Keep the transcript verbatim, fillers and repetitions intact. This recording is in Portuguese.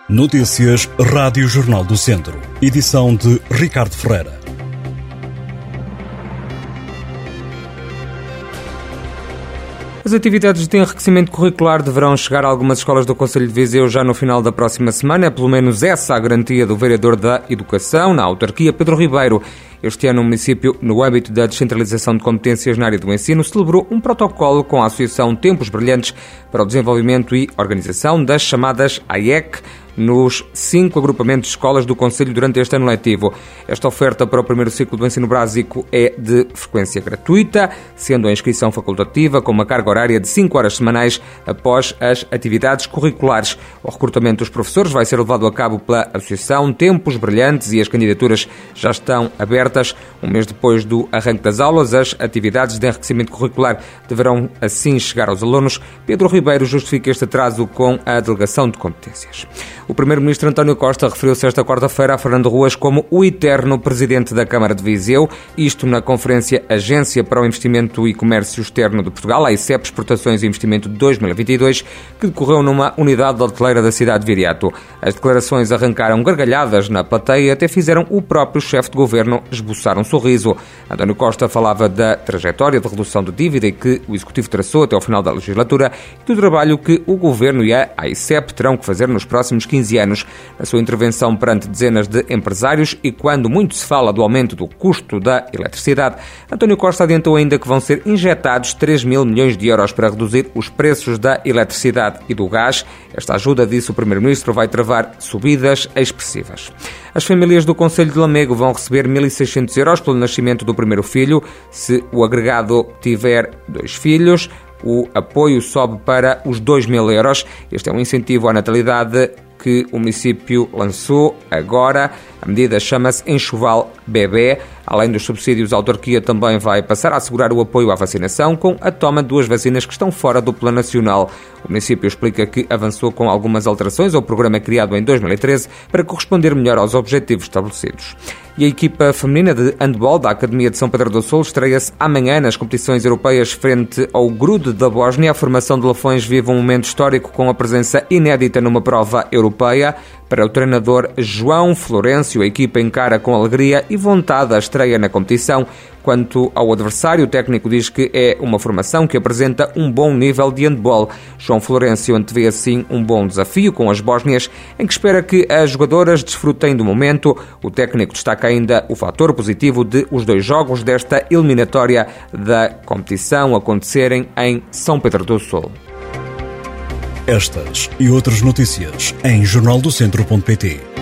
Notícias Rádio Jornal do Centro. Edição de Ricardo Ferreira. As atividades de enriquecimento curricular deverão chegar a algumas escolas do Concelho de Viseu já no final da próxima semana. É pelo menos essa a garantia do vereador da Educação na autarquia, Pedro Ribeiro. Este ano o município, no âmbito da descentralização de competências na área do ensino, celebrou um protocolo com a Associação Tempos Brilhantes para o Desenvolvimento e Organização das chamadas A I E C nos cinco agrupamentos de escolas do Concelho durante este ano letivo. Esta oferta para o primeiro ciclo do ensino básico é de frequência gratuita, sendo a inscrição facultativa com uma carga horária de cinco horas semanais após as atividades curriculares. O recrutamento dos professores vai ser levado a cabo pela Associação Tempos Brilhantes e as candidaturas já estão abertas. Um mês depois do arranque das aulas, as atividades de enriquecimento curricular deverão assim chegar aos alunos. Pedro Ribeiro justifica este atraso com a delegação de competências. O primeiro-ministro António Costa referiu-se esta quarta-feira a Fernando Ruas como o eterno presidente da Câmara de Viseu, isto na conferência Agência para o Investimento e Comércio Externo de Portugal, a I C E P Exportações e Investimento de dois mil e vinte e dois, que decorreu numa unidade hoteleira da cidade de Viriato. As declarações arrancaram gargalhadas na plateia e até fizeram o próprio chefe de governo esboçar um sorriso. António Costa falava da trajetória de redução de dívida que o Executivo traçou até ao final da legislatura e do trabalho que o Governo e a I C E P terão que fazer nos próximos quinze anos. Na sua intervenção perante dezenas de empresários e quando muito se fala do aumento do custo da eletricidade, António Costa adiantou ainda que vão ser injetados três mil milhões de euros para reduzir os preços da eletricidade e do gás. Esta ajuda, disse o Primeiro-Ministro, vai travar subidas expressivas. As famílias do Concelho de Lamego vão receber mil e seiscentos euros pelo nascimento do primeiro filho. Se o agregado tiver dois filhos, o apoio sobe para os dois mil euros. Este é um incentivo à natalidade que o município lançou agora. A medida chama-se Enxoval Bebé. Além dos subsídios, a autarquia também vai passar a assegurar o apoio à vacinação com a toma de duas vacinas que estão fora do Plano Nacional. O município explica que avançou com algumas alterações ao programa criado em dois mil e treze para corresponder melhor aos objetivos estabelecidos. E a equipa feminina de handball da Academia de São Pedro do Sul estreia-se amanhã nas competições europeias frente ao Grude da Bósnia. A formação de Lafões vive um momento histórico com a presença inédita numa prova europeia. Para o treinador João Florencio, a equipa encara com alegria e vontade a estreia na competição. Quanto ao adversário, o técnico diz que é uma formação que apresenta um bom nível de handball. João Florencio antevê assim um bom desafio com as bósnias, em que espera que as jogadoras desfrutem do momento. O técnico destaca ainda o fator positivo de os dois jogos desta eliminatória da competição acontecerem em São Pedro do Sul. Estas e outras notícias em jornal do centro ponto pt.